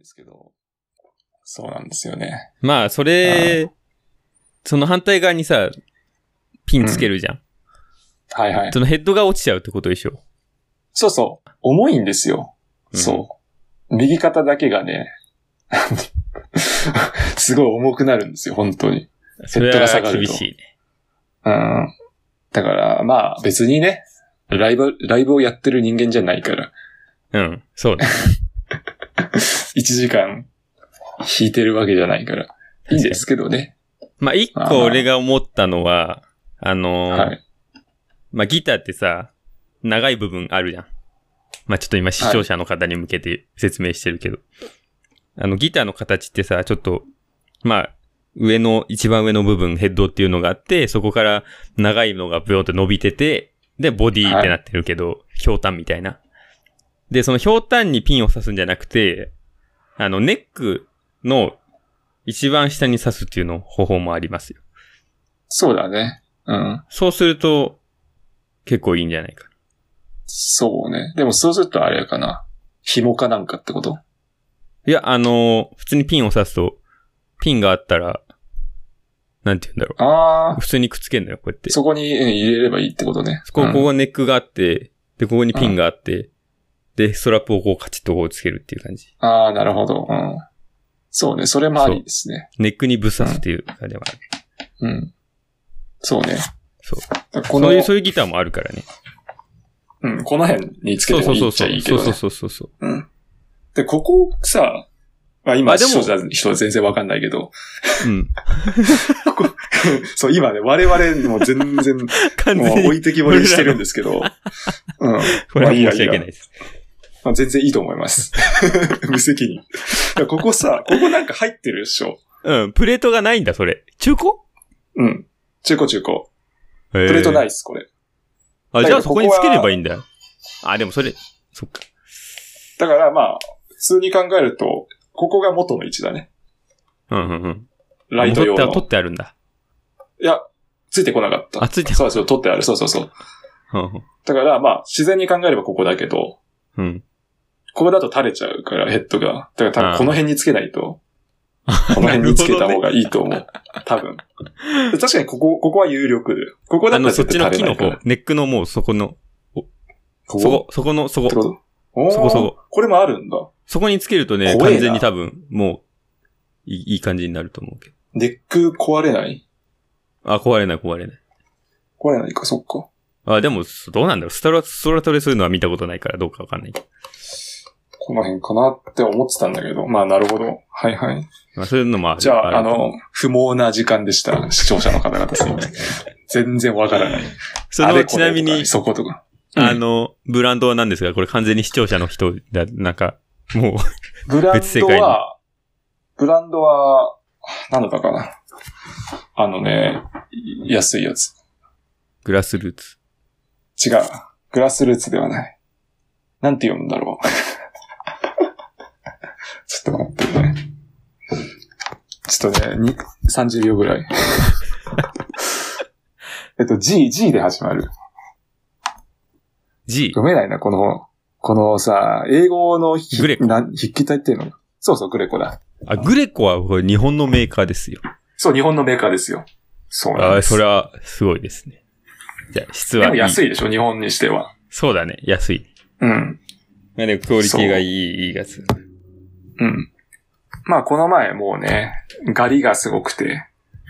ですけど、そうなんですよね。 まあ、その反対側にさ、ピンつけるじゃん。 はいはい。 そのヘッドが落ちちゃうってことでしょ。 そうそう。重いんですよ。そう。右肩だけがね、すごい重くなるんですよ、本当に。ヘッドが下がると。 厳しいね。 だから、まあ別にね、ライブをやってる人間じゃないから。 そうね。 1時間弾いてるわけじゃないから。いいんですけどね。 まあ一個俺が思ったのは、 はい。 まあギターってさ、長い部分あるじゃん。まあちょっと今視聴者の方に向けて説明してるけど。ギターの形ってさ、ちょっと、まあ、一番上の部分、ヘッドっていうのがあって、そこから長いのがブヨンって伸びてて、で、ボディってなってるけど、ひょうたんみたいな。で、そのひょうたんにピンを刺すんじゃなくて、ネックの一番下に刺すっていうの方法もありますよ。 そうだね。 そうすると、結構いいんじゃないかな。 そうね。でもそうするとあれかな。紐かなんかってこと？ いや、普通にピンを刺すと、ピンがあったら、なんて言うんだろう。普通にくっつけんだよ、こうやって。 そこに入れればいいってことね。 ここネックがあって、で、ここにピンがあって、で、ストラップをこうカチッとこうつけるっていう感じ。 なるほど。そうね、それもありですね。 ネックにぶっ刺すっていう感じもある。 そうね。 そう。そういうギターもあるからね。 この辺につけてもいいっちゃいいけどね。 そう。 で、ここさ、まあ今、視聴者の人は全然わかんないけど。ここ、そう、今ね、我々も全然、もう置いてきぼりにしてるんですけど。 これは申し訳ないです。 まあ、全然いいと思います。無責任。ここさ、ここなんか入ってるでしょ。 プレートがないんだ、それ。中古？ 中古。プレートないっす、これ。 じゃあそこにつければいいんだよ。でもそっか。 だからまあ、普通に考えると、ここが元の位置だね。ライト用の。 取ってあるんだ。 いや、ついてこなかった。 ついてそう、取ってある。そう。だからまあ、自然に考えればここだけど、ここだと垂れちゃうから、ヘッドが。だから多分この辺につけないと、この辺につけた方がいいと思う。多分。確かにここは有力で。ここだったらそっちの木の方、ネックのもうそこの、そこ。 これもあるんだ。 そこにつけるとね、完全に多分、もう、いい感じになると思うけど。 ネック壊れない？ 壊れない。 壊れないか、そっか。 でも、どうなんだろう。ストラトレそういうのは見たことないからどうかわかんない。 この辺かなって思ってたんだけど。まあ、なるほど。はい。 そういうのもある。 じゃあ、不毛な時間でした。視聴者の方々すいません。全然わからない。 ちなみに、 そことか。 ブランドは何ですか？これ完全に視聴者の人だ、なんか、もう、別世界に。 ブランドは、なんだったかな。安いやつ。 グラスルーツ。 違う。グラスルーツではない。なんて読むんだろう。ちょっと待ってね。ちょっとね、30秒ぐらい。G で始まる。 G？ 読めないな、このさ、英語のグレコ。 筆記体っていうの？そう、グレコだ。 グレコはこれ日本のメーカーですよ。 そう、日本のメーカーですよ。そうなんです。 それはすごいですね。じゃあ、質はいい。 でも安いでしょ、日本にしては。 そうだね、安い。クオリティがいいやつ。 まあ、この前もうね、ガリがすごくて。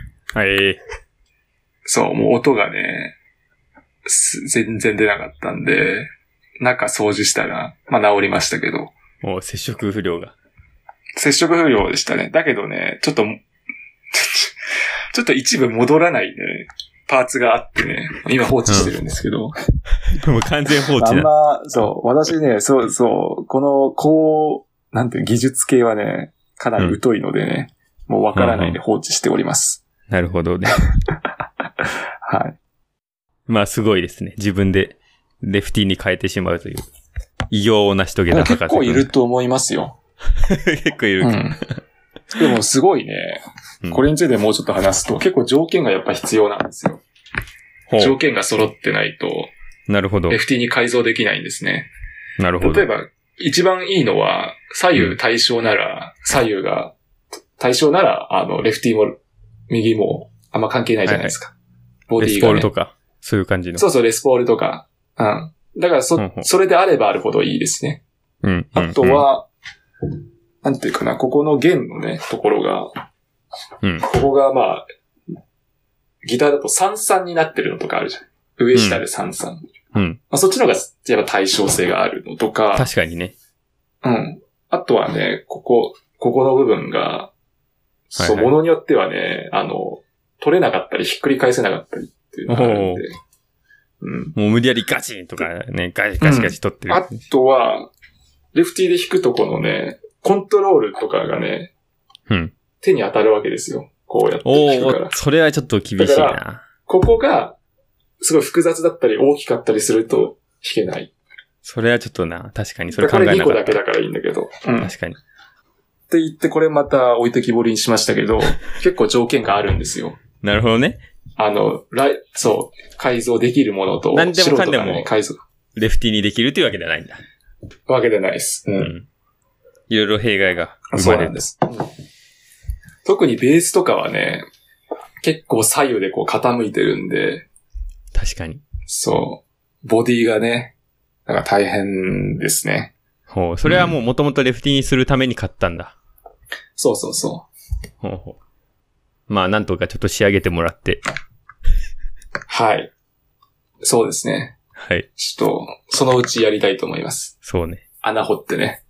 そう、もう音がね、全然出なかったんで、中掃除したら、まあ治りましたけど。 もう接触不良でしたね。だけどね、ちょっと一部戻らないね、パーツがあってね、今放置してるんですけど。 もう完全放置だ。 そう、私ね、この、なんていう技術系はね、かなり疎いのでね、もうわからないで放置しております。 なるほどね。 はい。 まあすごいですね。自分でレフティに変えてしまうという偉業を成し遂げた博士。 結構いると思いますよ。 結構いる。 でもすごいね、これについてもうちょっと話すと、結構条件がやっぱ必要なんですよ。条件が揃ってないと、 なるほど。 FT に改造できないんですね。 なるほど。 例えば、 一番いいのは、左右対称なら、レフティも右もあんま関係ないじゃないですか。 ボディが、ね。レスポールとか、そういう感じの。 そうそう、レスポールとか。うん。だからそれであればあるほどいいですね。 うん。 あとは、なんていうかな、ここの弦のね、ところが、ここがまあ、ギターだと3-3になってるのとかあるじゃん。上下で3-3。まあ、そっちの方が、やっぱ対称性があるのとか。 確かにね。 あとはね、ここの部分が、そう、ものによってはね、取れなかったり、ひっくり返せなかったりっていうのがあるんで。 もう無理やりガチンとかね、ガシガシ取ってる。 あとは、レフティで弾くとこのね、コントロールとかがね、手に当たるわけですよ。こうやって弾くから。 それはちょっと厳しいな。 ここが、すごい複雑だったり大きかったりすると弾けない。 それはちょっとな、確かにそれ考えなかった。 これ2個だけだからいいんだけど。 確かに。 って言ってこれまた置いてきぼりにしましたけど、結構条件があるんですよ。 なるほどね。 そう、改造できるものと、 何でもかんでも改造。レフティにできるっていうわけではないんだ。 わけではないです。 いろいろ弊害が生まれる。 そうなんです。特にベースとかはね、結構左右でこう傾いてるんで。 確かに。 そう。ボディがね、だから大変ですね。 それはもう元々レフティにするために買ったんだ。 そうそうそう。 まあなんとかちょっと仕上げてもらって。 はい。そうですね。 はい。 ちょっと、そのうちやりたいと思います。 そうね。 穴掘ってね。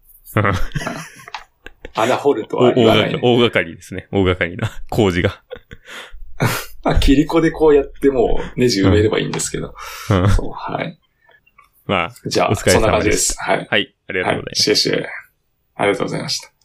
穴掘るとは言わない、ね。 大掛かりですね。大掛かりな工事が。 切り子でこうやってもうネジ埋めればいいんですけど。そう、はい。 まあ、 じゃあ、そんな感じです。はい。 はい。ありがとうございます。 ありがとうございました。